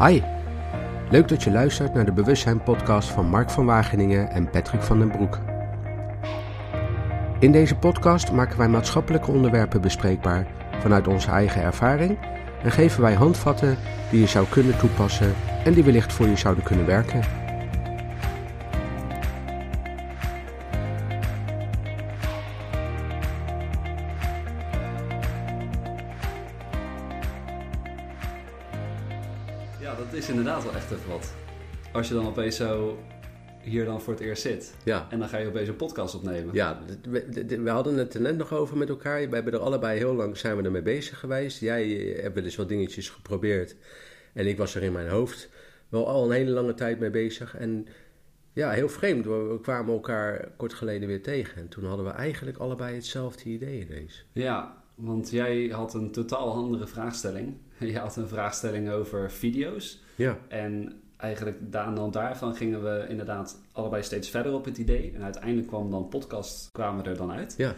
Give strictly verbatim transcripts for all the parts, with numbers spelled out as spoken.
Hi, leuk dat je luistert naar de Bewustzijn podcast van Mark van Wageningen en Patrick van den Broek. In deze podcast maken wij maatschappelijke onderwerpen bespreekbaar vanuit onze eigen ervaring en geven wij handvatten die je zou kunnen toepassen en die wellicht voor je zouden kunnen werken. Ja, dat is inderdaad wel echt even wat. Als je dan opeens zo hier dan voor het eerst zit. Ja. En dan ga je opeens een podcast opnemen. Ja, we, we hadden het er net nog over met elkaar. We hebben er allebei heel lang zijn we ermee bezig geweest. Jij hebt wel eens wat dingetjes geprobeerd. En ik was er in mijn hoofd wel al een hele lange tijd mee bezig. En ja, heel vreemd. We kwamen elkaar kort geleden weer tegen. En toen hadden we eigenlijk allebei hetzelfde idee ineens. Ja, want jij had een totaal andere vraagstelling. Je had een vraagstelling over video's. Ja. En eigenlijk aan de hand daarvan gingen we inderdaad allebei steeds verder op het idee. En uiteindelijk kwam dan podcast, kwamen we er dan uit. Ja.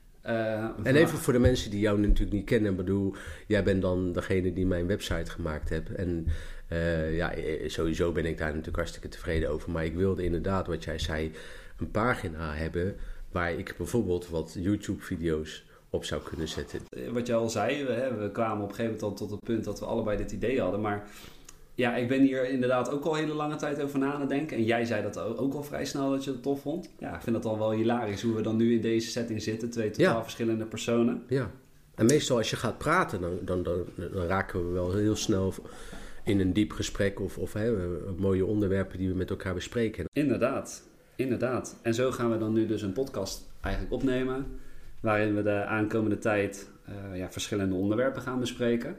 Uh, en even voor de mensen die jou natuurlijk niet kennen. Ik bedoel, jij bent dan degene die mijn website gemaakt hebt. En uh, ja, sowieso ben ik daar natuurlijk hartstikke tevreden over. Maar ik wilde inderdaad, wat jij zei, een pagina hebben waar ik bijvoorbeeld wat YouTube-video's op zou kunnen zetten. Wat je al zei, we, hè, we kwamen op een gegeven moment al tot het punt dat we allebei dit idee hadden. Maar ja, ik ben hier inderdaad ook al hele lange tijd over na aan het denken. En jij zei dat ook al vrij snel dat je het tof vond. Ja, ik vind dat al wel hilarisch hoe we dan nu in deze setting zitten. Twee totaal ja. verschillende personen. Ja, en meestal als je gaat praten, dan, dan, dan, dan raken we wel heel snel in een diep gesprek. Of, of hè, mooie onderwerpen die we met elkaar bespreken. Inderdaad, inderdaad. En zo gaan we dan nu dus een podcast eigenlijk opnemen. Waarin we de aankomende tijd uh, ja, verschillende onderwerpen gaan bespreken.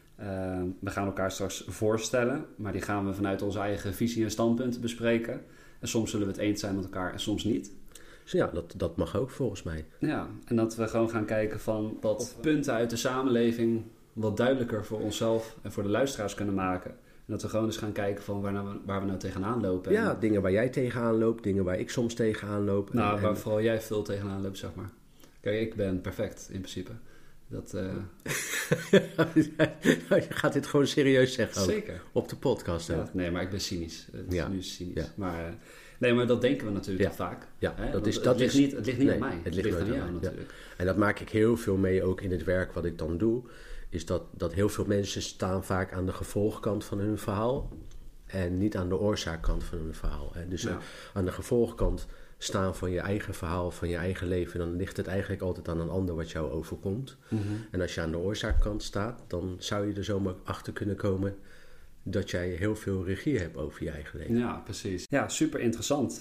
Uh, we gaan elkaar straks voorstellen, maar die gaan we vanuit onze eigen visie en standpunten bespreken. En soms zullen we het eens zijn met elkaar en soms niet. Dus ja, dat, dat mag ook volgens mij. Ja, en dat we gewoon gaan kijken van wat punten uit de samenleving wat duidelijker voor onszelf en voor de luisteraars kunnen maken. En dat we gewoon eens gaan kijken van waar, nou, waar we nou tegenaan lopen. Ja, en, dingen waar jij tegenaan loopt, dingen waar ik soms tegenaan loop. Nou, en, waar en... vooral jij veel tegenaan loopt, zeg maar. Kijk, ik ben perfect in principe. Dat, uh... je gaat dit gewoon serieus zeggen. Zeker. Op de podcast. Ja, nee, maar ik ben cynisch. Het is ja. nu cynisch. Ja. Maar, uh, nee, maar dat denken we natuurlijk ja. te vaak. Ja, hè? dat is, het, dat het ligt is, niet, het ligt niet nee, aan mij. Het ligt, het ligt aan jou mij, natuurlijk. Ja. En dat maak ik heel veel mee ook in het werk wat ik dan doe. Is dat, dat heel veel mensen staan vaak aan de gevolgkant van hun verhaal. En niet aan de oorzaakkant van hun verhaal. Hè. Dus ja. uh, aan de gevolgkant staan van je eigen verhaal, van je eigen leven, dan ligt het eigenlijk altijd aan een ander wat jou overkomt. Mm-hmm. En als je aan de oorzaakkant staat, dan zou je er zomaar achter kunnen komen dat jij heel veel regie hebt over je eigen leven. Ja, precies. Ja, super interessant.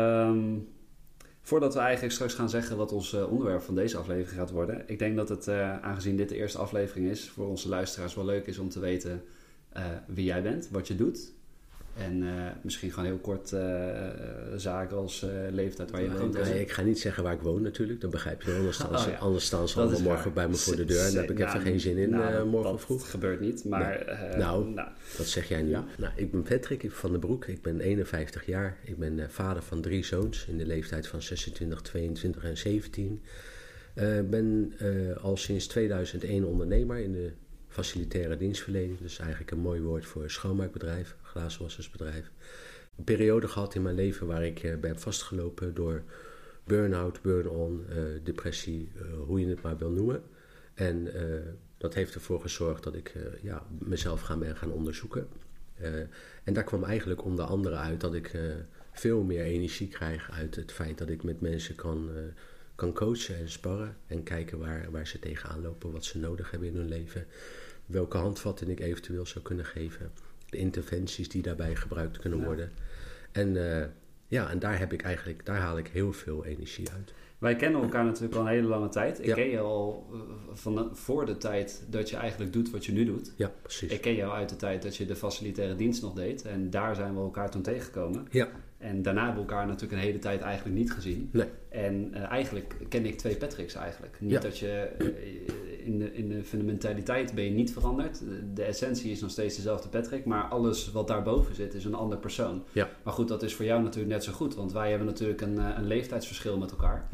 Um, voordat we eigenlijk straks gaan zeggen wat ons uh, onderwerp van deze aflevering gaat worden, ik denk dat het, uh, aangezien dit de eerste aflevering is, voor onze luisteraars wel leuk is om te weten uh, wie jij bent, wat je doet. En uh, misschien gewoon heel kort uh, zaken als uh, leeftijd waar je woont. Nee, ik ga niet zeggen waar ik woon natuurlijk. Dat begrijp je. Anders staan, oh, ja. anders staan ze allemaal morgen waar. bij me voor de deur. En daar heb ik nou, even geen zin in nou, uh, morgen dat vroeg. Dat gebeurt niet. Maar, nee. uh, nou, nou, dat zeg jij nu. Ja. Nou, ik ben Patrick van den Broek. Ik ben eenenvijftig jaar. Ik ben uh, vader van drie zoons in de leeftijd van zesentwintig, tweeëntwintig en zeventien. Ik uh, ben uh, al sinds tweeduizend één ondernemer in de facilitaire dienstverlening. Dus eigenlijk een mooi woord voor een schoonmaakbedrijf, glazenwassersbedrijf. Een periode gehad in mijn leven waar ik uh, ben vastgelopen door burn-out, burn-on, uh, depressie, uh, hoe je het maar wil noemen. En uh, dat heeft ervoor gezorgd dat ik uh, ja, mezelf gaan ben gaan onderzoeken. Uh, en daar kwam eigenlijk onder andere uit dat ik uh, veel meer energie krijg uit het feit dat ik met mensen kan, uh, kan coachen en sparren. En kijken waar, waar ze tegenaan lopen, wat ze nodig hebben in hun leven. Welke handvatten ik eventueel zou kunnen geven. De interventies die daarbij gebruikt kunnen ja. worden. En uh, ja, en daar heb ik eigenlijk, daar haal ik heel veel energie uit. Wij kennen elkaar natuurlijk al een hele lange tijd. Ik ja. ken je al van de, voor de tijd dat je eigenlijk doet wat je nu doet. Ja, precies. Ik ken jou uit de tijd dat je de facilitaire dienst nog deed. En daar zijn we elkaar toen tegengekomen. Ja. En daarna hebben we elkaar natuurlijk een hele tijd eigenlijk niet gezien. Nee. En uh, eigenlijk ken ik twee Patricks eigenlijk. Niet ja. dat je uh, in, de, in de fundamentaliteit ben je niet veranderd. De essentie is nog steeds dezelfde Patrick. Maar alles wat daarboven zit is een ander persoon. Ja. Maar goed, dat is voor jou natuurlijk net zo goed. Want wij hebben natuurlijk een, een leeftijdsverschil met elkaar. Ja.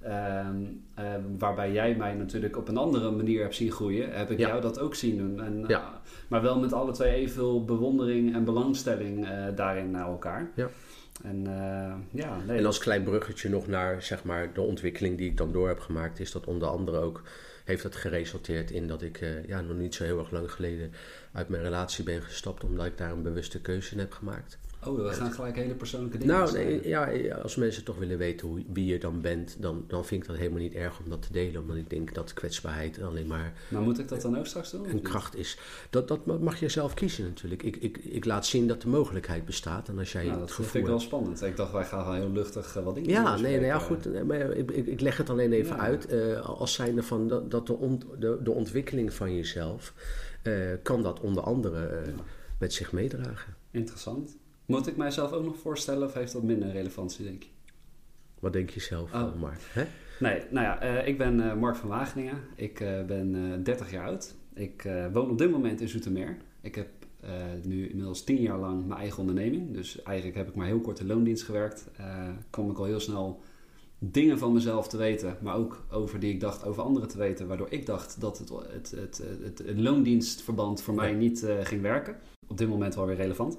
Uh, uh, waarbij jij mij natuurlijk op een andere manier hebt zien groeien, heb ik ja. jou dat ook zien doen. En, ja. uh, maar wel met alle twee evenveel bewondering en belangstelling uh, daarin naar elkaar. Ja. En, uh, ja, nee. en als klein bruggetje nog naar zeg maar, de ontwikkeling die ik dan door heb gemaakt, is dat onder andere ook, heeft dat geresulteerd in dat ik uh, ja, nog niet zo heel erg lang geleden uit mijn relatie ben gestapt, omdat ik daar een bewuste keuze in heb gemaakt. Oh, we gaan gelijk hele persoonlijke dingen Nou, nee, ja, als mensen toch willen weten hoe, wie je dan bent, dan, dan vind ik dat helemaal niet erg om dat te delen. Omdat ik denk dat kwetsbaarheid alleen maar... Maar moet ik dat dan ook straks doen? Een kracht is. Dat, dat mag je zelf kiezen natuurlijk. Ik, ik, ik laat zien dat de mogelijkheid bestaat. En als jij nou, dat het gevoel vind ik wel spannend. Ik dacht, wij gaan gewoon heel luchtig uh, wat dingen Ja, nee, nee, ja, goed. Maar ik, ik, ik leg het alleen even ja. uit. Uh, als zijnde van dat, dat de, ont, de, de ontwikkeling van jezelf, uh, kan dat onder andere uh, ja. met zich meedragen. Interessant. Moet ik mijzelf ook nog voorstellen of heeft dat minder relevantie, denk je? Wat denk je zelf, oh. Mark? Hè? Nee, nou ja, uh, ik ben uh, Mark van Wageningen. Ik uh, ben uh, dertig jaar oud. Ik uh, woon op dit moment in Zoetermeer. Ik heb uh, nu inmiddels tien jaar lang mijn eigen onderneming. Dus eigenlijk heb ik maar heel kort in loondienst gewerkt. Uh, kwam ik al heel snel dingen van mezelf te weten, maar ook over die ik dacht over anderen te weten, waardoor ik dacht dat het, het, het, het, het loondienstverband voor mij niet uh, ging werken. Op dit moment wel weer relevant.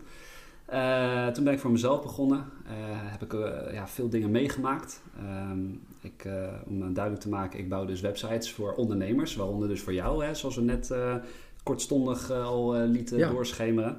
Uh, toen ben ik voor mezelf begonnen. Uh, heb ik uh, ja, veel dingen meegemaakt. Um, ik, uh, om het duidelijk te maken, ik bouw dus websites voor ondernemers, waaronder dus voor jou, hè, zoals we net uh, kortstondig uh, al uh, lieten ja. doorschemeren.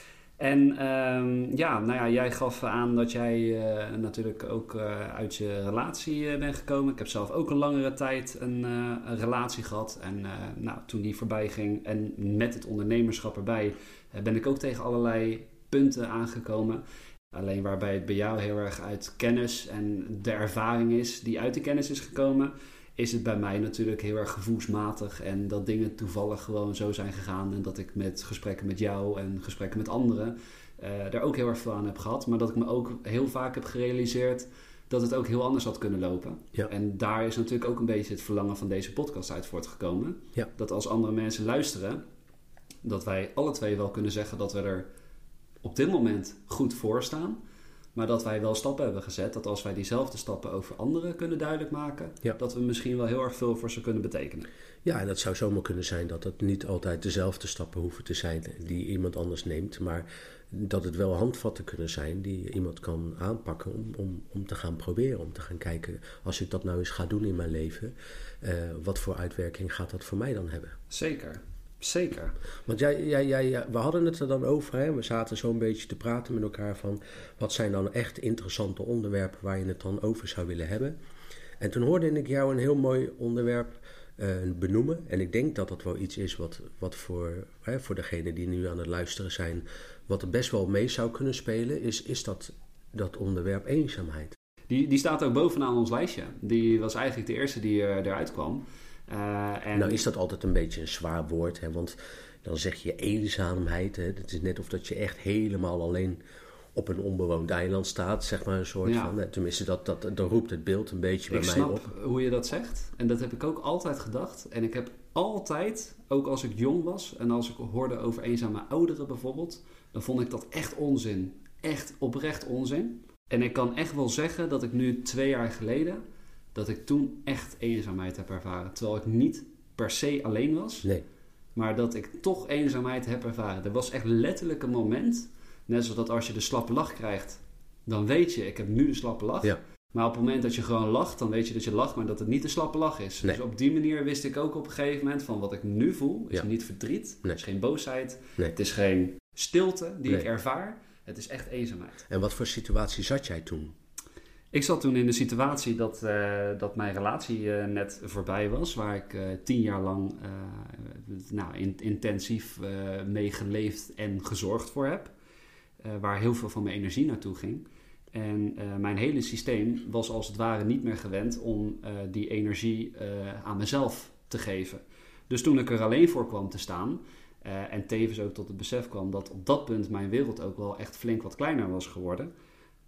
En um, ja, nou ja, jij gaf aan dat jij uh, natuurlijk ook uh, uit je relatie uh, bent gekomen. Ik heb zelf ook een langere tijd een, uh, een relatie gehad. En uh, nou, toen die voorbij ging en met het ondernemerschap erbij, uh, ben ik ook tegen allerlei punten aangekomen. Alleen waarbij het bij jou heel erg uit kennis en de ervaring is die uit de kennis is gekomen, is het bij mij natuurlijk heel erg gevoelsmatig en dat dingen toevallig gewoon zo zijn gegaan en dat ik met gesprekken met jou en gesprekken met anderen uh, daar ook heel erg veel aan heb gehad. Maar dat ik me ook heel vaak heb gerealiseerd dat het ook heel anders had kunnen lopen. Ja. En daar is natuurlijk ook een beetje het verlangen van deze podcast uit voortgekomen. Ja. Dat als andere mensen luisteren, dat wij alle twee wel kunnen zeggen dat we er op dit moment goed voor staan. Maar dat wij wel stappen hebben gezet. Dat als wij diezelfde stappen over anderen kunnen duidelijk maken. Ja. Dat we misschien wel heel erg veel voor ze kunnen betekenen. Ja, en dat zou zomaar kunnen zijn dat het niet altijd dezelfde stappen hoeven te zijn die iemand anders neemt. Maar dat het wel handvatten kunnen zijn die iemand kan aanpakken om, om, om te gaan proberen. Om te gaan kijken, als ik dat nou eens ga doen in mijn leven, uh, wat voor uitwerking gaat dat voor mij dan hebben? Zeker. Zeker. Want jij, jij, jij, we hadden het er dan over, hè? We zaten zo een beetje te praten met elkaar van wat zijn dan echt interessante onderwerpen waar je het dan over zou willen hebben. En toen hoorde ik jou een heel mooi onderwerp uh, benoemen. En ik denk dat dat wel iets is wat, wat voor, hè, voor degenen die nu aan het luisteren zijn, wat er best wel mee zou kunnen spelen, is, is dat, dat onderwerp eenzaamheid. Die, die staat ook bovenaan ons lijstje. Die was eigenlijk de eerste die er, eruit kwam. Uh, en... Nou is dat altijd een beetje een zwaar woord, hè? Want dan zeg je eenzaamheid. Hè? Het is net of dat je echt helemaal alleen op een onbewoond eiland staat, zeg maar een soort ja. van. Hè? Tenminste, dat, dat, dan roept het beeld een beetje bij ik mij op. Ik snap hoe je dat zegt. En dat heb ik ook altijd gedacht. En ik heb altijd, ook als ik jong was en als ik hoorde over eenzame ouderen bijvoorbeeld, dan vond ik dat echt onzin. Echt oprecht onzin. En ik kan echt wel zeggen dat ik nu twee jaar geleden, dat ik toen echt eenzaamheid heb ervaren. Terwijl ik niet per se alleen was. Nee. Maar dat ik toch eenzaamheid heb ervaren. Er was echt letterlijk een moment. Net zoals dat als je de slappe lach krijgt. Dan weet je, ik heb nu de slappe lach. Ja. Maar op het moment dat je gewoon lacht, dan weet je dat je lacht. Maar dat het niet de slappe lach is. Nee. Dus op die manier wist ik ook op een gegeven moment van wat ik nu voel. Is ja. niet verdriet. Nee. Het is geen boosheid. Nee. Het is geen stilte die nee. ik ervaar. Het is echt eenzaamheid. En wat voor situatie zat jij toen? Ik zat toen in de situatie dat, uh, dat mijn relatie uh, net voorbij was. Waar ik uh, tien jaar lang uh, nou, in, intensief uh, mee geleefd en gezorgd voor heb. Uh, waar heel veel van mijn energie naartoe ging. En uh, mijn hele systeem was als het ware niet meer gewend om uh, die energie uh, aan mezelf te geven. Dus toen ik er alleen voor kwam te staan, uh, en tevens ook tot het besef kwam dat op dat punt mijn wereld ook wel echt flink wat kleiner was geworden.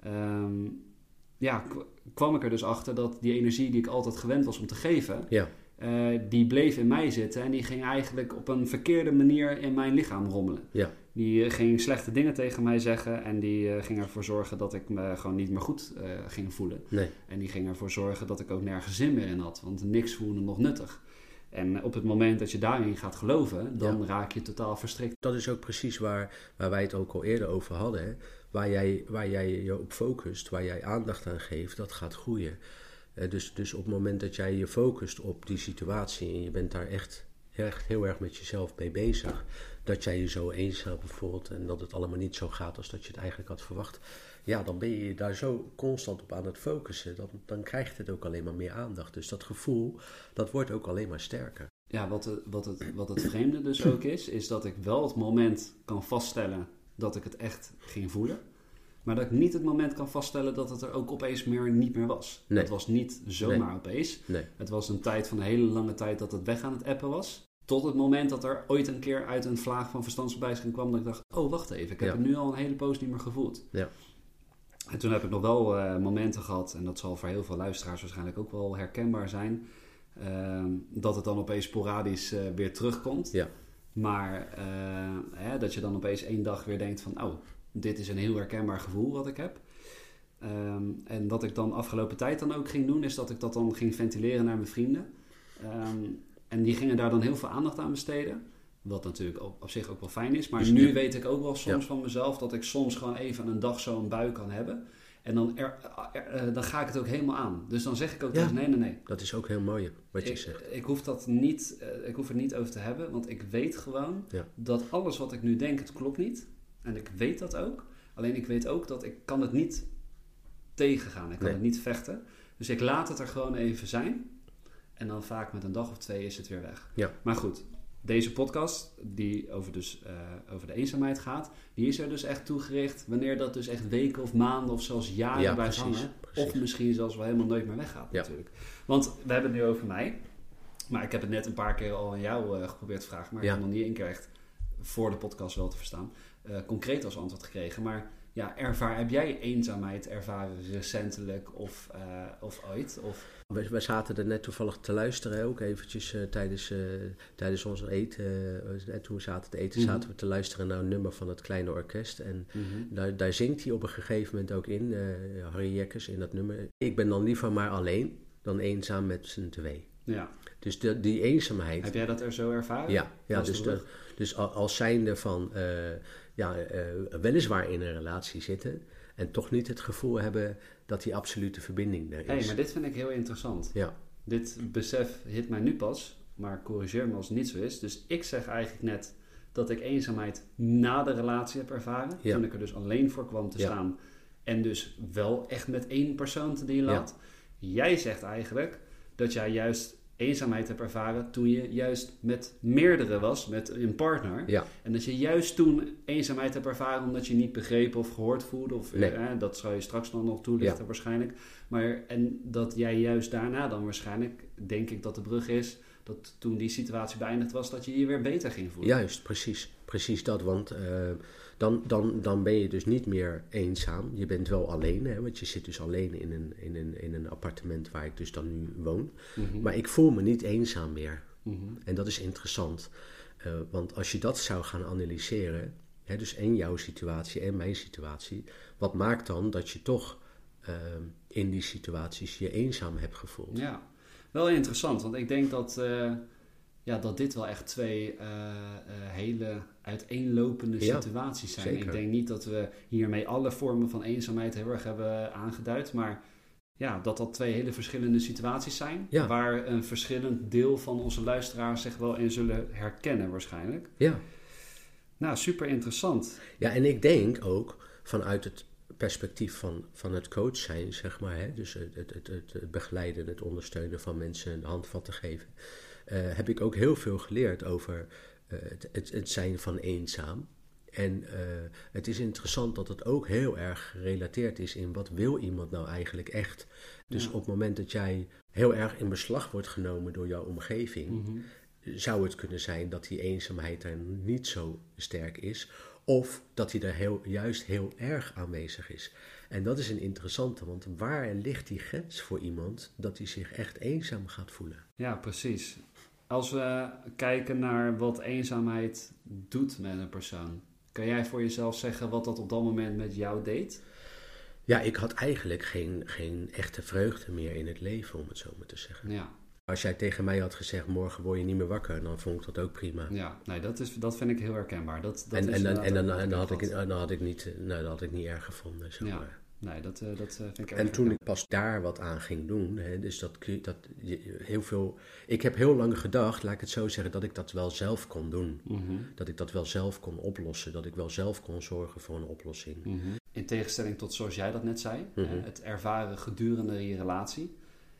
Um, ja, kwam ik er dus achter dat die energie die ik altijd gewend was om te geven, ja. uh, die bleef in mij zitten en die ging eigenlijk op een verkeerde manier in mijn lichaam rommelen. Ja. Die uh, ging slechte dingen tegen mij zeggen en die uh, ging ervoor zorgen dat ik me gewoon niet meer goed uh, ging voelen. Nee. En die ging ervoor zorgen dat ik ook nergens zin meer in had, want niks voelde nog nuttig. En op het moment dat je daarin gaat geloven, dan ja. raak je totaal verstrikt. Dat is ook precies waar, waar wij het ook al eerder over hadden. Hè? Waar, jij, waar jij je op focust, waar jij aandacht aan geeft, dat gaat groeien. Uh, dus, dus op het moment dat jij je focust op die situatie en je bent daar echt, echt heel erg met jezelf mee bezig, dat jij je zo eenzaam voelt en dat het allemaal niet zo gaat als dat je het eigenlijk had verwacht, ja, dan ben je daar zo constant op aan het focussen. Dan, dan krijgt het ook alleen maar meer aandacht. Dus dat gevoel, dat wordt ook alleen maar sterker. Ja, wat het, wat het, wat het vreemde dus ook is, is dat ik wel het moment kan vaststellen dat ik het echt ging voelen. Maar dat ik niet het moment kan vaststellen dat het er ook opeens meer niet meer was. Nee. Het was niet zomaar nee. opeens. Nee. Het was een tijd van een hele lange tijd dat het weg aan het appen was. Tot het moment dat er ooit een keer uit een vlaag van verstandsverbijstering kwam dat ik dacht, oh wacht even, ik heb ja. het nu al een hele poos niet meer gevoeld. Ja. En toen heb ik nog wel uh, momenten gehad, en dat zal voor heel veel luisteraars waarschijnlijk ook wel herkenbaar zijn, uh, dat het dan opeens sporadisch uh, weer terugkomt. Ja. Maar uh, hè, dat je dan opeens één dag weer denkt van, oh, dit is een heel herkenbaar gevoel wat ik heb. Um, en wat ik dan afgelopen tijd dan ook ging doen, is dat ik dat dan ging ventileren naar mijn vrienden. Um, en die gingen daar dan heel veel aandacht aan besteden. Wat natuurlijk op, op zich ook wel fijn is. Maar dus nu weet ik ook wel soms ja. van mezelf dat ik soms gewoon even een dag zo'n bui kan hebben. En dan, er, er, er, dan ga ik het ook helemaal aan. Dus dan zeg ik ook ja. tegen nee, nee, nee. Dat is ook heel mooi wat je ik, zegt. Ik hoef, dat niet, uh, ik hoef het niet over te hebben. Want ik weet gewoon ja. dat alles wat ik nu denk, het klopt niet. En ik weet dat ook. Alleen ik weet ook dat ik kan het niet tegengaan. Ik kan nee. het niet vechten. Dus ik laat het er gewoon even zijn. En dan vaak met een dag of twee is het weer weg. Ja. Maar goed, deze podcast die over, dus, uh, over de eenzaamheid gaat, die is er dus echt toegericht wanneer dat dus echt weken of maanden of zelfs jaren ja, blijft precies, hangen. precies. Of misschien zelfs wel helemaal nooit meer weggaat ja. natuurlijk. Want we hebben het nu over mij. Maar ik heb het net een paar keer al aan jou uh, geprobeerd te vragen. Maar ja. ik heb nog niet één keer echt voor de podcast wel te verstaan. Uh, concreet als antwoord gekregen. Maar ja, ervaar, heb jij eenzaamheid ervaren recentelijk of, uh, of ooit? Of... We, we zaten er net toevallig te luisteren, ook eventjes uh, tijdens, uh, tijdens ons eten. Uh, toen we zaten te eten, mm-hmm. zaten we te luisteren naar een nummer van het Kleine Orkest. En mm-hmm. daar, daar zingt hij op een gegeven moment ook in, uh, Harry Jekkers, in dat nummer. Ik ben dan liever maar alleen dan eenzaam met z'n twee. Ja. Dus de, die eenzaamheid... Heb jij dat er zo ervaren? Ja, ja dus, de, dus als zijnde van... Uh, ja, uh, weliswaar in een relatie zitten en toch niet het gevoel hebben dat die absolute verbinding er is. Hé, hey, maar dit vind ik heel interessant. Ja. Dit besef hit mij nu pas, maar corrigeer me als het niet zo is. Dus ik zeg eigenlijk net dat ik eenzaamheid na de relatie heb ervaren. Ja. Toen ik er dus alleen voor kwam te ja. staan en dus wel echt met één persoon te dealen had. Ja. Jij zegt eigenlijk dat jij juist eenzaamheid hebt ervaren toen je juist met meerdere was, met een partner. Ja. En dat je juist toen eenzaamheid hebt ervaren omdat je niet begrepen of gehoord voelde. Of, nee. eh, dat zal je straks dan nog toelichten ja. waarschijnlijk. Maar, en dat jij juist daarna dan waarschijnlijk, denk ik dat de brug is, dat toen die situatie beëindigd was, dat je je weer beter ging voelen. Juist, precies. Precies dat, want uh, dan, dan, dan ben je dus niet meer eenzaam. Je bent wel alleen, hè, want je zit dus alleen in een, in een, in een appartement waar ik dus dan nu woon. Mm-hmm. Maar ik voel me niet eenzaam meer. Mm-hmm. En dat is interessant. Uh, want als je dat zou gaan analyseren, hè, dus en jouw situatie en mijn situatie, wat maakt dan dat je toch uh, in die situaties je eenzaam hebt gevoeld? Ja, wel interessant, want ik denk dat... Uh... Ja, dat dit wel echt twee uh, uh, hele uiteenlopende ja, situaties zijn. Zeker. Ik denk niet dat we hiermee alle vormen van eenzaamheid heel erg hebben aangeduid. Maar ja, dat dat twee hele verschillende situaties zijn. Ja. Waar een verschillend deel van onze luisteraars zich wel in zullen herkennen waarschijnlijk. Ja. Nou, super interessant. Ja, en ik denk ook vanuit het perspectief van, van het coach zijn, zeg maar. Hè? Dus het, het, het, het begeleiden, het ondersteunen van mensen een handvat te geven. Uh, heb ik ook heel veel geleerd over uh, het, het, het zijn van eenzaam. En uh, het is interessant dat het ook heel erg gerelateerd is in wat wil iemand nou eigenlijk echt. Dus ja. op het moment dat jij heel erg in beslag wordt genomen door jouw omgeving, mm-hmm. zou het kunnen zijn dat die eenzaamheid er niet zo sterk is. Of dat hij er heel, juist heel erg aanwezig is. En dat is een interessante, want waar ligt die grens voor iemand dat hij zich echt eenzaam gaat voelen? Ja, precies. Als we kijken naar wat eenzaamheid doet met een persoon, kan jij voor jezelf zeggen wat dat op dat moment met jou deed? Ja, ik had eigenlijk geen, geen echte vreugde meer in het leven, om het zo maar te zeggen. Ja. Als jij tegen mij had gezegd, morgen word je niet meer wakker, dan vond ik dat ook prima. Ja, nee, dat, is, dat vind ik heel herkenbaar. Dat, dat en, is en, dan, en, dan, ook en dan, had ik, gehad. dan, had ik niet, nou, dat had ik niet erg gevonden, zeg Ja. maar. Nee, dat, uh, dat uh, vind ik erg En toen herkenbaar. ik pas daar wat aan ging doen, hè, dus dat, dat heel veel... Ik heb heel lang gedacht, laat ik het zo zeggen, dat ik dat wel zelf kon doen. Mm-hmm. Dat ik dat wel zelf kon oplossen, dat ik wel zelf kon zorgen voor een oplossing. Mm-hmm. In tegenstelling tot zoals jij dat net zei, Mm-hmm. uh, het ervaren gedurende je relatie.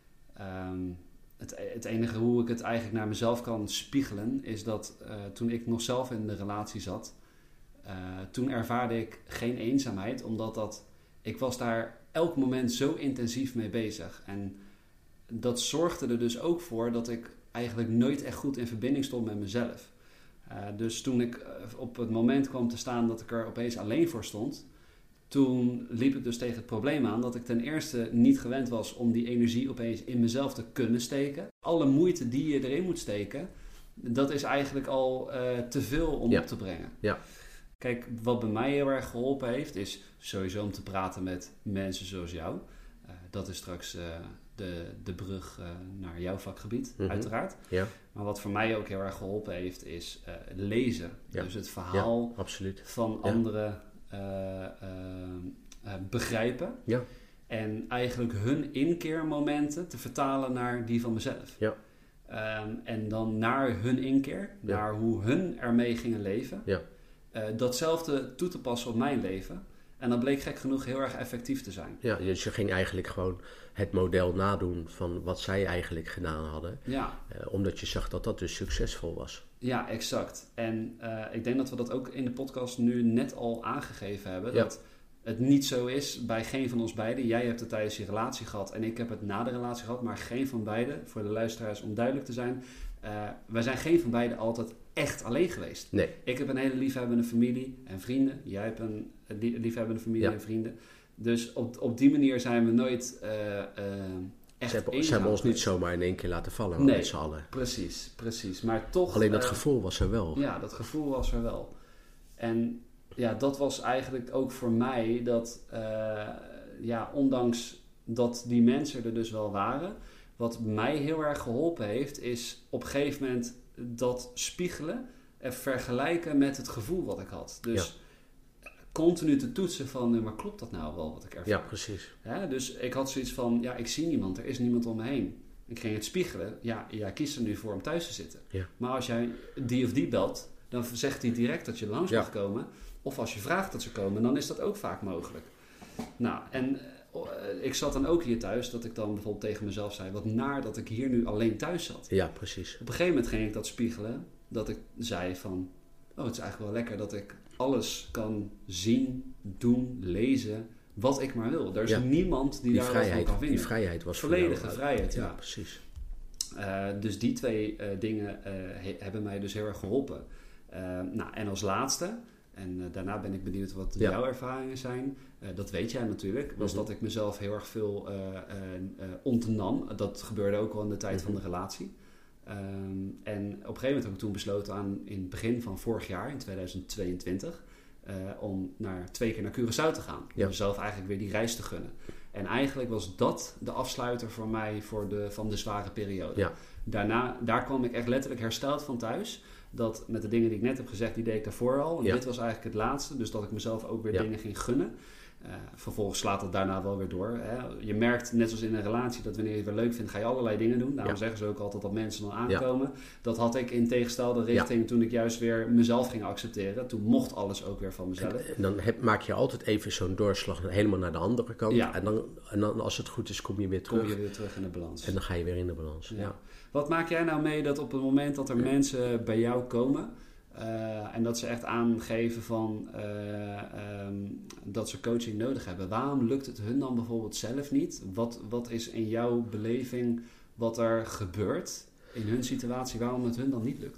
Um, het, het enige hoe ik het eigenlijk naar mezelf kan spiegelen, is dat uh, toen ik nog zelf in de relatie zat, uh, toen ervaarde ik geen eenzaamheid, omdat dat... Ik was daar elk moment zo intensief mee bezig. En dat zorgde er dus ook voor dat ik eigenlijk nooit echt goed in verbinding stond met mezelf. Uh, dus toen ik uh, op het moment kwam te staan dat ik er opeens alleen voor stond, toen liep ik dus tegen het probleem aan dat ik ten eerste niet gewend was om die energie opeens in mezelf te kunnen steken. Alle moeite die je erin moet steken, dat is eigenlijk al uh, te veel om ja. op te brengen. Ja. Kijk, wat bij mij heel erg geholpen heeft, is sowieso om te praten met mensen zoals jou. Uh, dat is straks uh, de, de brug uh, naar jouw vakgebied, mm-hmm. uiteraard. Ja. Maar wat voor mij ook heel erg geholpen heeft, is uh, lezen. Ja. Dus het verhaal ja, absoluut. van ja. anderen uh, uh, uh, begrijpen. Ja. En eigenlijk hun inkeermomenten te vertalen naar die van mezelf. Ja. Um, en dan naar hun inkeer, ja. naar hoe hun ermee gingen leven. Ja. Uh, datzelfde toe te passen op mijn leven. En dat bleek gek genoeg heel erg effectief te zijn. Ja, dus je ging eigenlijk gewoon het model nadoen van wat zij eigenlijk gedaan hadden. Ja. Uh, omdat je zag dat dat dus succesvol was. Ja, exact. En uh, ik denk dat we dat ook in de podcast nu net al aangegeven hebben. Ja. Dat het niet zo is bij geen van ons beiden. Jij hebt het tijdens je relatie gehad en ik heb het na de relatie gehad. Maar geen van beiden, voor de luisteraars om duidelijk te zijn. Uh, wij zijn geen van beiden altijd echt alleen geweest. Nee. Ik heb een hele liefhebbende familie en vrienden. Jij hebt een liefhebbende familie ja. en vrienden. Dus op, op die manier zijn we nooit uh, uh, echt Ze hebben, ze hebben ons niet zomaar in één keer laten vallen nee, met z'n allen. Precies, precies. Maar toch... Alleen dat uh, gevoel was er wel. Ja, dat gevoel was er wel. En ja, dat was eigenlijk ook voor mij dat... Uh, ja, ondanks dat die mensen er dus wel waren... Wat mij heel erg geholpen heeft, is op een gegeven moment dat spiegelen en vergelijken met het gevoel wat ik had. Dus ja. continu te toetsen van, maar klopt dat nou wel wat ik ervaar? Ja, precies. Ja, dus ik had zoiets van, ja, ik zie niemand, er is niemand om me heen. Ik ging het spiegelen, ja, jij kiest er nu voor om thuis te zitten. Ja. Maar als jij die of die belt, dan zegt hij direct dat je langs ja. mag komen. Of als je vraagt dat ze komen, dan is dat ook vaak mogelijk. Nou, en... Ik zat dan ook hier thuis, dat ik dan bijvoorbeeld tegen mezelf zei... wat naar dat ik hier nu alleen thuis zat. Ja, precies. Op een gegeven moment ging ik dat spiegelen. Dat ik zei van... oh, het is eigenlijk wel lekker dat ik alles kan zien, doen, lezen... wat ik maar wil. Er is ja. niemand die, die daar vrijheid, wat van kan vinden. Die vrijheid was volledige voor jou, vrijheid, ja. ja. precies. Uh, dus die twee uh, dingen uh, he, hebben mij dus heel erg geholpen. Uh, nou, en als laatste... En uh, daarna ben ik benieuwd wat ja. jouw ervaringen zijn. Uh, dat weet jij natuurlijk. Was mm-hmm. dat ik mezelf heel erg veel uh, uh, uh, ontnam. Dat gebeurde ook al in de tijd mm-hmm. van de relatie. Um, en op een gegeven moment heb ik toen besloten aan in het begin van vorig jaar, in tweeduizend tweeëntwintig... Uh, om naar, twee keer naar Curaçao te gaan. Ja. Om mezelf eigenlijk weer die reis te gunnen. En eigenlijk was dat de afsluiter voor mij voor de, van de zware periode. Ja. Daarna, daar kwam ik echt letterlijk hersteld van thuis... Dat met de dingen die ik net heb gezegd, die deed ik daarvoor al. En ja. dit was eigenlijk het laatste. Dus dat ik mezelf ook weer ja. dingen ging gunnen. Uh, vervolgens slaat het daarna wel weer door. Hè. Je merkt, net zoals in een relatie, dat wanneer je het weer leuk vindt, ga je allerlei dingen doen. Daarom ja. zeggen ze ook altijd dat mensen dan aankomen. Ja. Dat had ik in tegenstelde richting ja. toen ik juist weer mezelf ging accepteren. Toen mocht alles ook weer van mezelf. En, en dan heb, maak je altijd even zo'n doorslag helemaal naar de andere kant. Ja. En, dan, en dan als het goed is, kom je weer terug. Kom je weer terug in de balans. En dan ga je weer in de balans. Ja. Ja. Wat maak jij nou mee dat op het moment dat er ja. mensen bij jou komen... Uh, en dat ze echt aangeven van uh, um, dat ze coaching nodig hebben. Waarom lukt het hun dan bijvoorbeeld zelf niet? Wat, wat is in jouw beleving wat er gebeurt in hun situatie? Waarom het hun dan niet lukt?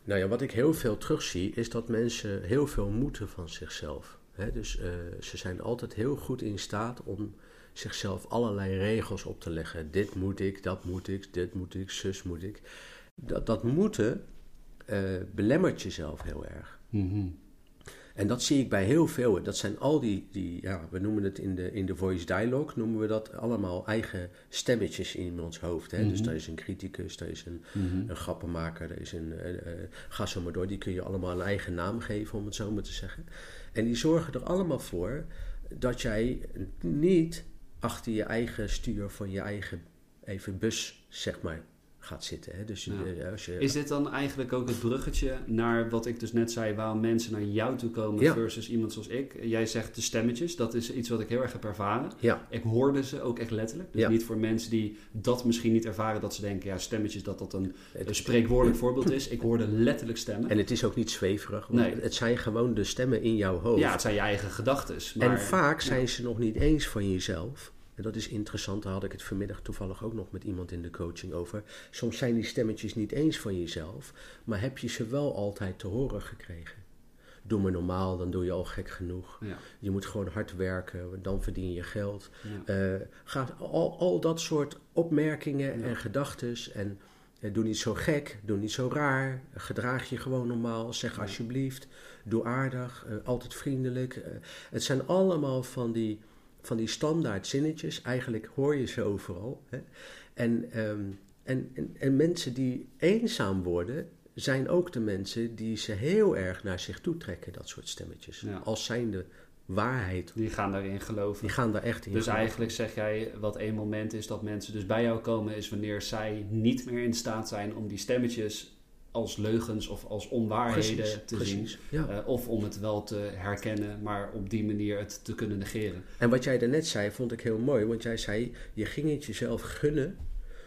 Nou ja, wat ik heel veel terugzie is dat mensen heel veel moeten van zichzelf. Hè? Dus uh, ze zijn altijd heel goed in staat om zichzelf allerlei regels op te leggen. Dit moet ik, dat moet ik, dit moet ik, zus moet ik. Dat, dat moeten uh, belemmert jezelf heel erg. Mm-hmm. En dat zie ik bij heel veel. Dat zijn al die, die ja, we noemen het in de, in de voice dialogue, noemen we dat allemaal eigen stemmetjes in iemands hoofd. Hè? Mm-hmm. Dus daar is een criticus, daar is een, mm-hmm. een grappenmaker, daar is een, uh, uh, ga zo maar door. Die kun je allemaal een eigen naam geven, om het zo maar te zeggen. En die zorgen er allemaal voor dat jij niet achter je eigen stuur van je eigen even bus, zeg maar, gaat zitten. Hè? Dus, ja. uh, als je, is dit dan eigenlijk ook het bruggetje naar wat ik dus net zei, waarom mensen naar jou toe komen ja. versus iemand zoals ik? Jij zegt de stemmetjes, dat is iets wat ik heel erg heb ervaren. Ja. Ik hoorde ze ook echt letterlijk. Dus ja. niet voor mensen die dat misschien niet ervaren, dat ze denken, ja, stemmetjes, dat dat een, een spreekwoordelijk voorbeeld is. Ik hoorde letterlijk stemmen. En het is ook niet zweverig, want nee. het zijn gewoon de stemmen in jouw hoofd. Ja, het zijn je eigen gedachten. Maar, en vaak zijn ja. ze nog niet eens van jezelf. En dat is interessant, daar had ik het vanmiddag toevallig ook nog met iemand in de coaching over. Soms zijn die stemmetjes niet eens van jezelf, maar heb je ze wel altijd te horen gekregen. Doe maar normaal, dan doe je al gek genoeg. Ja. Je moet gewoon hard werken, dan verdien je geld. Ja. Uh, ga, al, al dat soort opmerkingen ja. en gedachtes en uh, doe niet zo gek, doe niet zo raar. Gedraag je gewoon normaal, zeg ja. alsjeblieft, doe aardig, uh, altijd vriendelijk. Uh, het zijn allemaal van die... van die standaard zinnetjes, eigenlijk hoor je ze overal. Hè? En, um, en, en, en mensen die eenzaam worden, zijn ook de mensen die ze heel erg naar zich toe trekken, dat soort stemmetjes. Ja. Als zijnde waarheid. Die gaan daarin geloven. Die gaan daar echt in Dus geloven. Eigenlijk zeg jij, wat één moment is dat mensen dus bij jou komen, is wanneer zij niet meer in staat zijn om die stemmetjes als leugens of als onwaarheden precies, te precies, zien. Ja. Uh, of om het wel te herkennen, maar op die manier het te kunnen negeren. En wat jij daarnet zei, vond ik heel mooi. Want jij zei, je ging het jezelf gunnen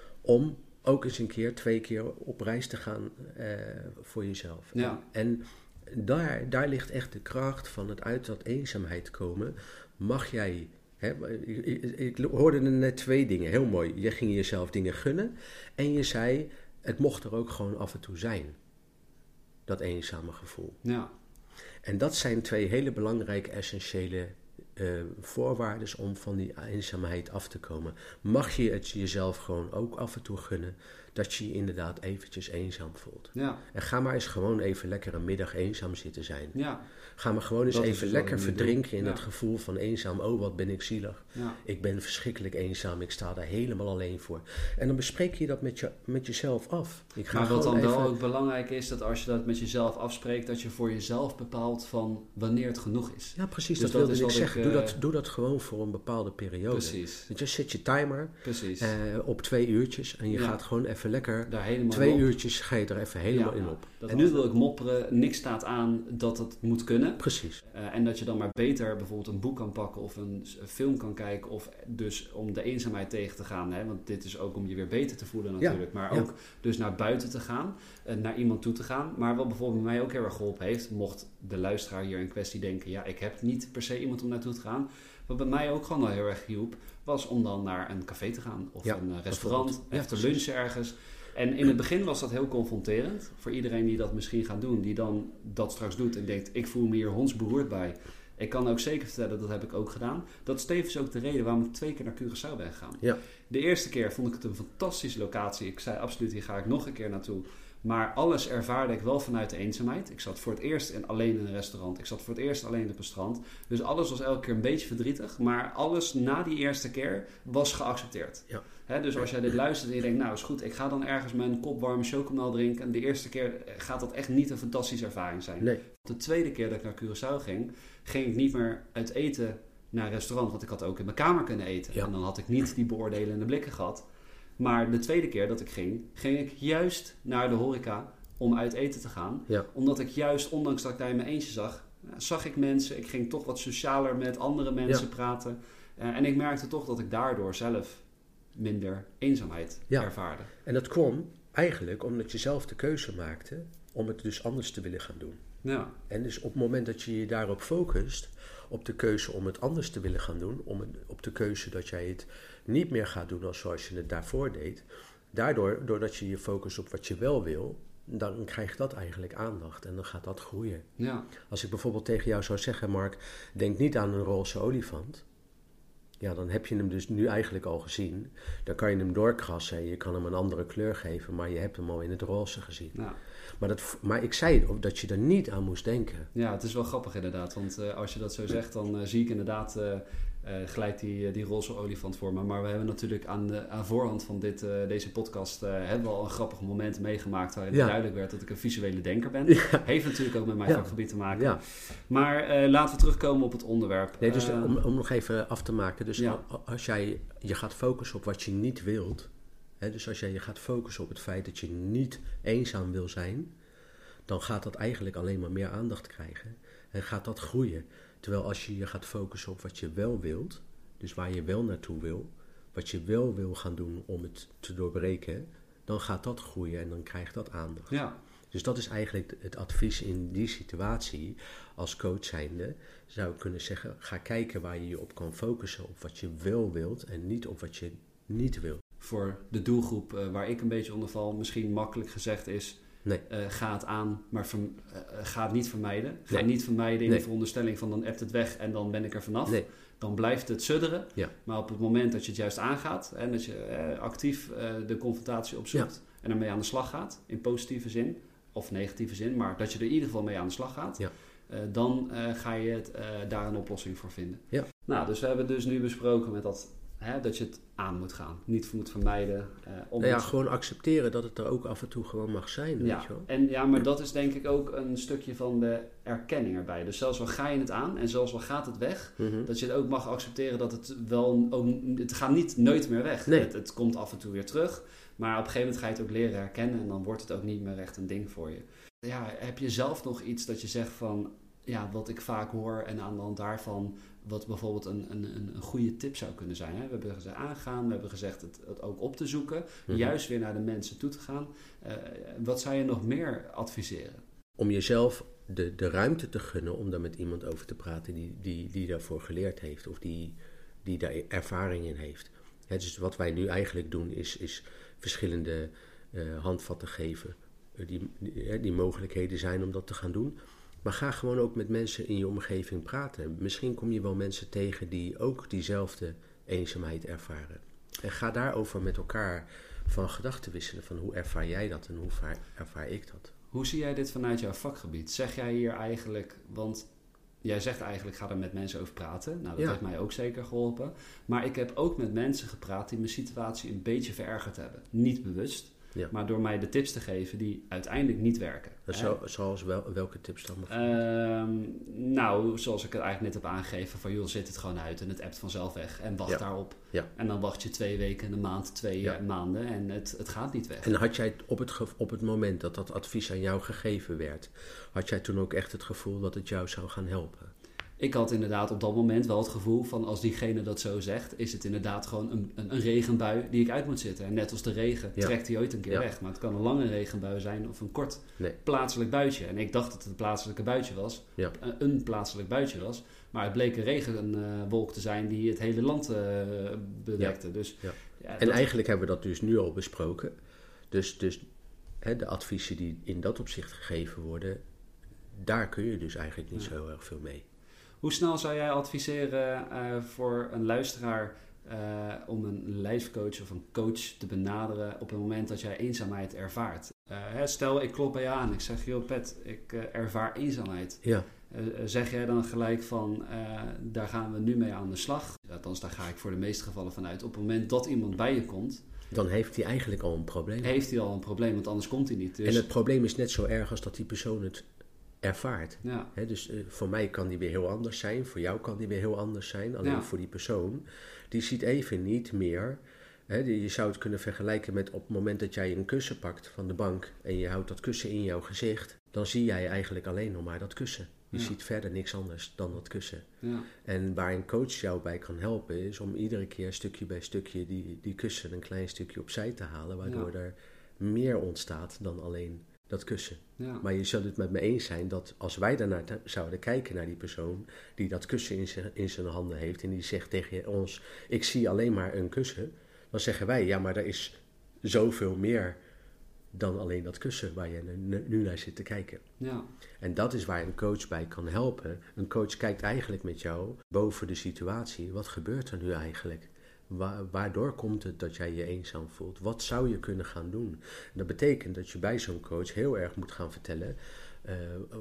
om ook eens een keer, twee keer op reis te gaan uh, voor jezelf. Ja. En daar, daar ligt echt de kracht van het uit dat eenzaamheid komen. Mag jij... He, ik, ik, ik hoorde er net twee dingen, heel mooi. Je ging jezelf dingen gunnen en je zei... Het mocht er ook gewoon af en toe zijn. Dat eenzame gevoel. Ja. En dat zijn twee hele belangrijke, essentiële uh, voorwaarden om van die eenzaamheid af te komen. Mag je het jezelf gewoon ook af en toe gunnen, dat je je inderdaad eventjes eenzaam voelt. Ja. En ga maar eens gewoon even lekker een middag eenzaam zitten zijn. Ja. Ga maar gewoon eens dat even lekker verdrinken in ja. het gevoel van eenzaam. Oh, wat ben ik zielig. Ja. Ik ben verschrikkelijk eenzaam. Ik sta daar helemaal alleen voor. En dan bespreek je dat met, je, met jezelf af. Ik ga maar wat dan even... wel ook belangrijk is, dat als je dat met jezelf afspreekt, dat je voor jezelf bepaalt van wanneer het genoeg is. Ja, precies. Dus dat, dat wilde ik zeggen. Ik, doe, uh... dat, doe dat gewoon voor een bepaalde periode. Precies. Dus je zet je timer Precies. Uh, op twee uurtjes en je ja. gaat gewoon even lekker... Daar helemaal twee op. uurtjes ga je er even helemaal ja, in op. En nu wil ik mopperen, niks staat aan dat het moet kunnen. Precies. Uh, en dat je dan maar beter bijvoorbeeld een boek kan pakken of een film kan kijken. Of dus om de eenzaamheid tegen te gaan. Hè? Want dit is ook om je weer beter te voelen natuurlijk. Ja, maar ook ja. dus naar buiten te gaan. Uh, naar iemand toe te gaan. Maar wat bijvoorbeeld mij ook heel erg geholpen heeft. Mocht de luisteraar hier in kwestie denken. Ja, ik heb niet per se iemand om naartoe te gaan. Wat bij mij ook gewoon al heel erg hielp. Was om dan naar een café te gaan. Of ja, een restaurant. Ja, even te lunchen ergens. En in het begin was dat heel confronterend. Voor iedereen die dat misschien gaat doen. Die dan dat straks doet. En denkt, ik voel me hier hondsberoerd bij. Ik kan ook zeker vertellen, dat heb ik ook gedaan. Dat is tevens ook de reden waarom ik twee keer naar Curaçao ben gegaan. Ja. De eerste keer vond ik het een fantastische locatie. Ik zei absoluut, hier ga ik nog een keer naartoe. Maar alles ervaarde ik wel vanuit de eenzaamheid. Ik zat voor het eerst in, alleen in een restaurant. Ik zat voor het eerst alleen op een strand. Dus alles was elke keer een beetje verdrietig. Maar alles na die eerste keer was geaccepteerd. Ja. He, dus als jij dit luistert en je denkt, nou is goed, ik ga dan ergens mijn kop warme chocomel drinken. En de eerste keer gaat dat echt niet een fantastische ervaring zijn. Nee. De tweede keer dat ik naar Curaçao ging, ging ik niet meer uit eten naar een restaurant. Want ik had ook in mijn kamer kunnen eten. Ja. En dan had ik niet die beoordelende blikken gehad. Maar de tweede keer dat ik ging, ging ik juist naar de horeca om uit eten te gaan. Ja. Omdat ik juist, ondanks dat ik daar in mijn eentje zag, zag ik mensen. Ik ging toch wat socialer met andere mensen ja. praten. Uh, en ik merkte toch dat ik daardoor zelf minder eenzaamheid ja. ervaarde. En dat kwam eigenlijk omdat je zelf de keuze maakte om het dus anders te willen gaan doen. Ja. En dus op het moment dat je je daarop focust, op de keuze om het anders te willen gaan doen, om het, op de keuze dat jij het niet meer gaat doen als zoals je het daarvoor deed, daardoor, doordat je je focust op wat je wel wil, dan krijgt dat eigenlijk aandacht en dan gaat dat groeien. Ja. Als ik bijvoorbeeld tegen jou zou zeggen, Mark, denk niet aan een roze olifant. Ja, dan heb je hem dus nu eigenlijk al gezien. Dan kan je hem doorkrassen en je kan hem een andere kleur geven, maar je hebt hem al in het roze gezien. Ja. Maar, dat, maar ik zei dat je er niet aan moest denken. Ja, het is wel grappig inderdaad, want uh, als je dat zo zegt, dan uh, zie ik inderdaad uh, uh, gelijk die, die roze olifant voor me. Maar we hebben natuurlijk aan de aan voorhand van dit, uh, deze podcast uh, hebben we al een grappig moment meegemaakt waarin ja. duidelijk werd dat ik een visuele denker ben. Ja. Heeft natuurlijk ook met mijn ja. vakgebied te maken. Ja. Maar uh, laten we terugkomen op het onderwerp. Nee, dus uh, om, om nog even af te maken, dus ja. als jij je gaat focussen op wat je niet wilt, hè, dus als jij je gaat focussen op het feit dat je niet eenzaam wil zijn, dan gaat dat eigenlijk alleen maar meer aandacht krijgen en gaat dat groeien. Terwijl als je je gaat focussen op wat je wel wilt, dus waar je wel naartoe wil, wat je wel wil gaan doen om het te doorbreken, dan gaat dat groeien en dan krijgt dat aandacht. Ja. Dus dat is eigenlijk het advies in die situatie. Als coach zijnde zou ik kunnen zeggen, ga kijken waar je je op kan focussen, op wat je wel wilt en niet op wat je niet wilt. Voor de doelgroep uh, waar ik een beetje onder val, misschien makkelijk gezegd is, nee. uh, ga het aan, maar verm- uh, ga het niet vermijden. Ga nee. niet vermijden in nee. de veronderstelling van dan appt het weg en dan ben ik er vanaf. Nee. Dan blijft het sudderen. Ja. Maar op het moment dat je het juist aangaat en dat je uh, actief uh, de confrontatie opzoekt ja. en ermee aan de slag gaat, in positieve zin of negatieve zin, maar dat je er in ieder geval mee aan de slag gaat, ja. uh, dan uh, ga je het, uh, daar een oplossing voor vinden. Ja. Nou, dus we hebben dus nu besproken met dat, hè, dat je het aan moet gaan, niet moet vermijden. Uh, om nou ja, het... gewoon accepteren dat het er ook af en toe gewoon mag zijn. Ja. Weet je wel? En, ja, maar dat is denk ik ook een stukje van de erkenning erbij. Dus zelfs al ga je het aan en zelfs al gaat het weg, Mm-hmm. dat je het ook mag accepteren dat het wel, ook, het gaat niet nooit meer weg. Nee. Het, het komt af en toe weer terug, maar op een gegeven moment ga je het ook leren herkennen en dan wordt het ook niet meer echt een ding voor je. Ja, heb je zelf nog iets dat je zegt van, ja, wat ik vaak hoor en aan de hand daarvan, wat bijvoorbeeld een, een, een goede tip zou kunnen zijn. Hè? We hebben gezegd aangaan, we hebben gezegd het, het ook op te zoeken, mm-hmm. juist weer naar de mensen toe te gaan. Uh, wat zou je nog meer adviseren? Om jezelf de, de ruimte te gunnen om daar met iemand over te praten die, die, die daarvoor geleerd heeft of die, die daar ervaring in heeft. Hè, dus wat wij nu eigenlijk doen is, is verschillende uh, handvatten geven uh, die, die, die mogelijkheden zijn om dat te gaan doen. Maar ga gewoon ook met mensen in je omgeving praten. Misschien kom je wel mensen tegen die ook diezelfde eenzaamheid ervaren. En ga daarover met elkaar van gedachten wisselen. Van hoe ervaar jij dat en hoe ervaar, ervaar ik dat? Hoe zie jij dit vanuit jouw vakgebied? Zeg jij hier eigenlijk, want jij zegt eigenlijk ga er met mensen over praten. Nou, dat ja. heeft mij ook zeker geholpen. Maar ik heb ook met mensen gepraat die mijn situatie een beetje verergerd hebben. Niet bewust. Ja. Maar door mij de tips te geven die uiteindelijk niet werken. Zo, zoals wel, welke tips dan? Uh, nou, zoals ik het eigenlijk net heb aangegeven. Van joh, zit het gewoon uit en het appt vanzelf weg. En wacht ja. daarop. Ja. En dan wacht je twee weken, een maand, twee ja. maanden. En het, het gaat niet weg. En had jij op het, ge- op het moment dat dat advies aan jou gegeven werd, had jij toen ook echt het gevoel dat het jou zou gaan helpen? Ik had inderdaad op dat moment wel het gevoel van als diegene dat zo zegt, is het inderdaad gewoon een, een, een regenbui die ik uit moet zitten. En net als de regen ja. trekt die ooit een keer ja. weg. Maar het kan een lange regenbui zijn of een kort nee. plaatselijk buitje. En ik dacht dat het een plaatselijke buitje was. Ja. Een plaatselijk buitje was. Maar het bleek een regenwolk te zijn die het hele land uh, bedekte. Ja. Dus, ja. Ja, en dat... eigenlijk hebben we dat dus nu al besproken. Dus, dus hè, de adviezen die in dat opzicht gegeven worden, daar kun je dus eigenlijk niet ja. zo heel erg veel mee. Hoe snel zou jij adviseren uh, voor een luisteraar uh, om een lijfcoach of een coach te benaderen op het moment dat jij eenzaamheid ervaart? Uh, hè, stel, ik klop bij je aan. Ik zeg, joh Pet, ik uh, ervaar eenzaamheid. Ja. Uh, zeg jij dan gelijk van, uh, daar gaan we nu mee aan de slag? Althans, daar ga ik voor de meeste gevallen van uit. Op het moment dat iemand bij je komt, dan heeft hij eigenlijk al een probleem. Heeft hij al een probleem, want anders komt hij niet. Dus... En het probleem is net zo erg als dat die persoon het ervaart. Ja. He, dus uh, voor mij kan die weer heel anders zijn. Voor jou kan die weer heel anders zijn. Alleen ja. voor die persoon. Die ziet even niet meer. He, die, je zou het kunnen vergelijken met op het moment dat jij een kussen pakt van de bank. En je houdt dat kussen in jouw gezicht. Dan zie jij eigenlijk alleen nog maar dat kussen. Je ja. ziet verder niks anders dan dat kussen. Ja. En waar een coach jou bij kan helpen is om iedere keer stukje bij stukje die, die kussen een klein stukje opzij te halen. Waardoor ja. er meer ontstaat dan alleen dat kussen. Ja. Maar je zult het met me eens zijn dat als wij daarnaar te, zouden kijken naar die persoon die dat kussen in zijn, in zijn handen heeft en die zegt tegen ons, ik zie alleen maar een kussen, dan zeggen wij, ja, maar er is zoveel meer dan alleen dat kussen waar je nu, nu naar zit te kijken. Ja. En dat is waar een coach bij kan helpen. Een coach kijkt eigenlijk met jou boven de situatie. Wat gebeurt er nu eigenlijk? Wa- waardoor komt het dat jij je eenzaam voelt? Wat zou je kunnen gaan doen? En dat betekent dat je bij zo'n coach heel erg moet gaan vertellen uh,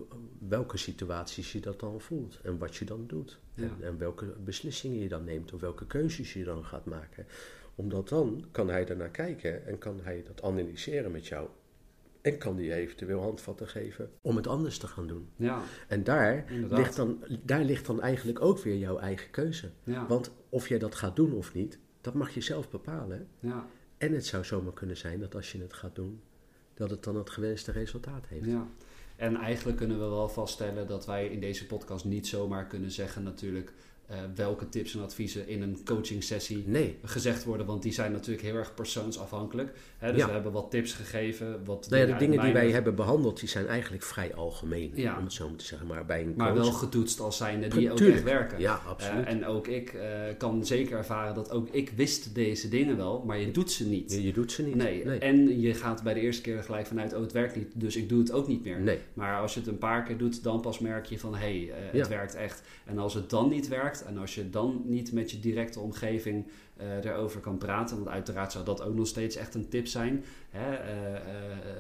welke situaties je dat dan voelt en wat je dan doet. Ja. En, en welke beslissingen je dan neemt of welke keuzes je dan gaat maken. Omdat dan kan hij ernaar kijken en kan hij dat analyseren met jou. En kan hij eventueel handvatten geven om het anders te gaan doen. Ja. En daar Inderdaad. ligt, dan, daar ligt dan eigenlijk ook weer jouw eigen keuze. Ja. Want of jij dat gaat doen of niet, dat mag je zelf bepalen. Ja. En het zou zomaar kunnen zijn dat als je het gaat doen, dat het dan het gewenste resultaat heeft. Ja. En eigenlijk kunnen we wel vaststellen dat wij in deze podcast niet zomaar kunnen zeggen natuurlijk uh, welke tips en adviezen in een coaching sessie Nee. gezegd worden. Want die zijn natuurlijk heel erg persoonsafhankelijk. Hè? Dus Ja. we hebben wat tips gegeven. Wat Nou ja, de dingen die wij weinig- hebben behandeld, die zijn eigenlijk vrij algemeen, Ja. om het zo maar te zeggen. Maar bij een Maar coach... wel getoetst als zijnde die ook Tuurlijk. echt werken. Ja, absoluut. Uh, en ook ik uh, kan zeker ervaren dat ook ik wist deze dingen wel, maar je doet ze niet. je, je doet ze niet. Nee. Nee. En je gaat bij de eerste keer gelijk vanuit, oh het werkt niet, dus ik doe het ook niet meer. Nee. Maar als je het een paar keer doet, dan pas merk je van, hé, hey, uh, het Ja. werkt echt. En als het dan niet werkt, en als je dan niet met je directe omgeving uh, erover kan praten, want uiteraard zou dat ook nog steeds echt een tip zijn. Hè? Uh, uh,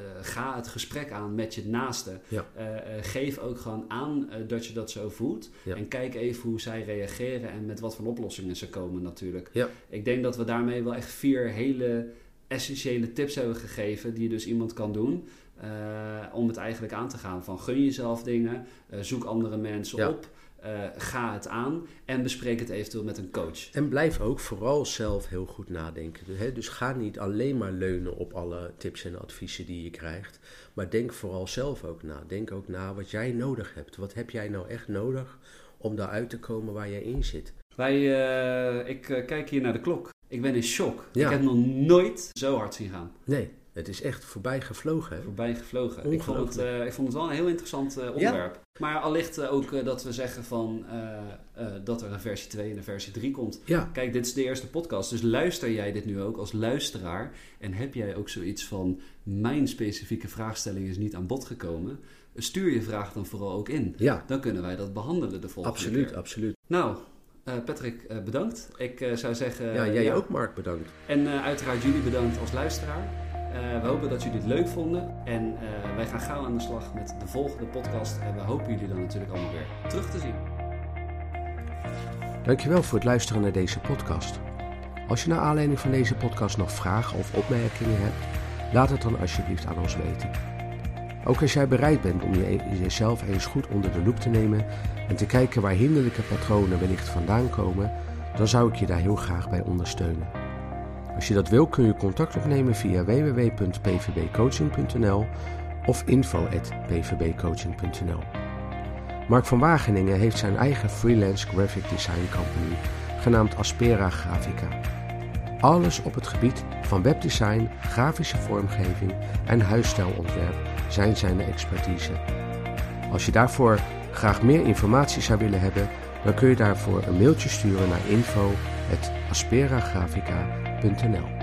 ga het gesprek aan met je naaste. Ja. Uh, uh, geef ook gewoon aan uh, dat je dat zo voelt. Ja. En kijk even hoe zij reageren en met wat voor oplossingen ze komen natuurlijk. Ja. Ik denk dat we daarmee wel echt vier hele essentiële tips hebben gegeven die dus iemand kan doen. Uh, om het eigenlijk aan te gaan. Van gun jezelf dingen, uh, zoek andere mensen Ja. op, uh, ga het aan en bespreek het eventueel met een coach. En blijf ook vooral zelf heel goed nadenken. Dus, hè, dus ga niet alleen maar leunen op alle tips en adviezen die je krijgt. Maar denk vooral zelf ook na. Denk ook na wat jij nodig hebt. Wat heb jij nou echt nodig om daaruit te komen waar jij in zit? Wij, uh, ik uh, kijk hier naar de klok. Ik ben in shock. Ja. Ik heb nog nooit zo hard zien gaan. Nee, het is echt voorbij gevlogen. Hè? Voorbij gevlogen. Ik vond, het, uh, ik vond het wel een heel interessant uh, onderwerp. Ja. Maar allicht uh, ook uh, dat we zeggen van uh, uh, dat er een versie twee en een versie drie komt. Ja. Kijk, dit is de eerste podcast. Dus luister jij dit nu ook als luisteraar? En heb jij ook zoiets van mijn specifieke vraagstelling is niet aan bod gekomen? Stuur je vraag dan vooral ook in. Ja. Dan kunnen wij dat behandelen de volgende absoluut, keer. Absoluut. Nou, uh, Patrick, uh, bedankt. Ik uh, zou zeggen... Ja, jij ja. ook, Mark, bedankt. En uh, uiteraard jullie bedankt als luisteraar. Uh, we hopen dat jullie het leuk vonden. En uh, wij gaan gauw aan de slag met de volgende podcast. En we hopen jullie dan natuurlijk allemaal weer terug te zien. Dankjewel voor het luisteren naar deze podcast. Als je naar aanleiding van deze podcast nog vragen of opmerkingen hebt, laat het dan alsjeblieft aan ons weten. Ook als jij bereid bent om je, jezelf eens goed onder de loep te nemen en te kijken waar hinderlijke patronen wellicht vandaan komen, dan zou ik je daar heel graag bij ondersteunen. Als je dat wil, kun je contact opnemen via w w w punt p v b coaching punt n l of info at p v b coaching punt n l. Mark van Wageningen heeft zijn eigen freelance graphic design company, genaamd Aspera Grafica. Alles op het gebied van webdesign, grafische vormgeving en huisstijlontwerp zijn zijn expertise. Als je daarvoor graag meer informatie zou willen hebben, dan kun je daarvoor een mailtje sturen naar info at aspera grafica punt n l.